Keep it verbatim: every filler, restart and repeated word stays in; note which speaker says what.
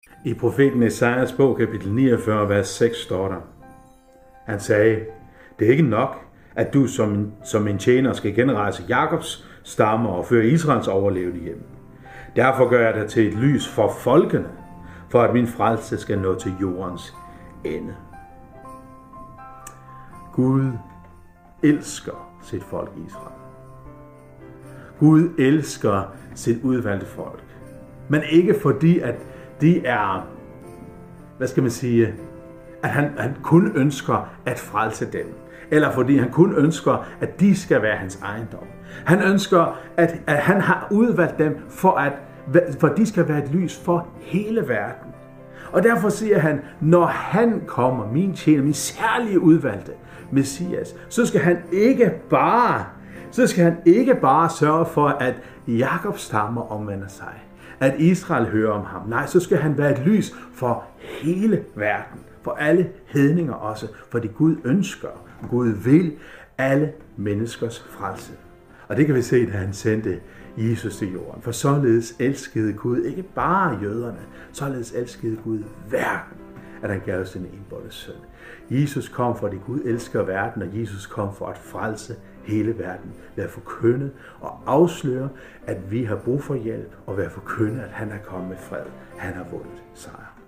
Speaker 1: I profeten Esajas bog, kapitel niogfyrre, vers seks, står der: Han sagde, det er ikke nok, at du som, som en tjener skal genrejse Jakobs stammer og føre Israels overlevende hjem. Derfor gør jeg dig til et lys for folkene, for at min frelse skal nå til jordens ende. Gud elsker sit folk Israel. Gud elsker sit udvalgte folk. Men ikke fordi, at de er, hvad skal man sige, at han, han kun ønsker at frelse dem. Eller fordi han kun ønsker, at de skal være hans ejendom. Han ønsker, at, at han har udvalgt dem, for at for de skal være et lys for hele verden. Og derfor siger han, når han kommer, min tjener, min særlige udvalgte Messias, så skal han ikke bare, så skal han ikke bare sørge for, at Jakobs stammer omvender sig, at Israel hører om ham. Nej, så skal han være et lys for hele verden, for alle hedninger også, fordi Gud ønsker, Gud vil alle menneskers frelse. Og det kan vi se, da han sendte Jesus til jorden. For således elskede Gud ikke bare jøderne, således elskede Gud verden, at han gav sin enbårne søn. Jesus kom, fordi Gud elsker verden, og Jesus kom for at frelse hele verden, ved at forkynde og afsløre, at vi har brug for hjælp, og ved at forkynde, at han er kommet med fred. Han har vundet sejr.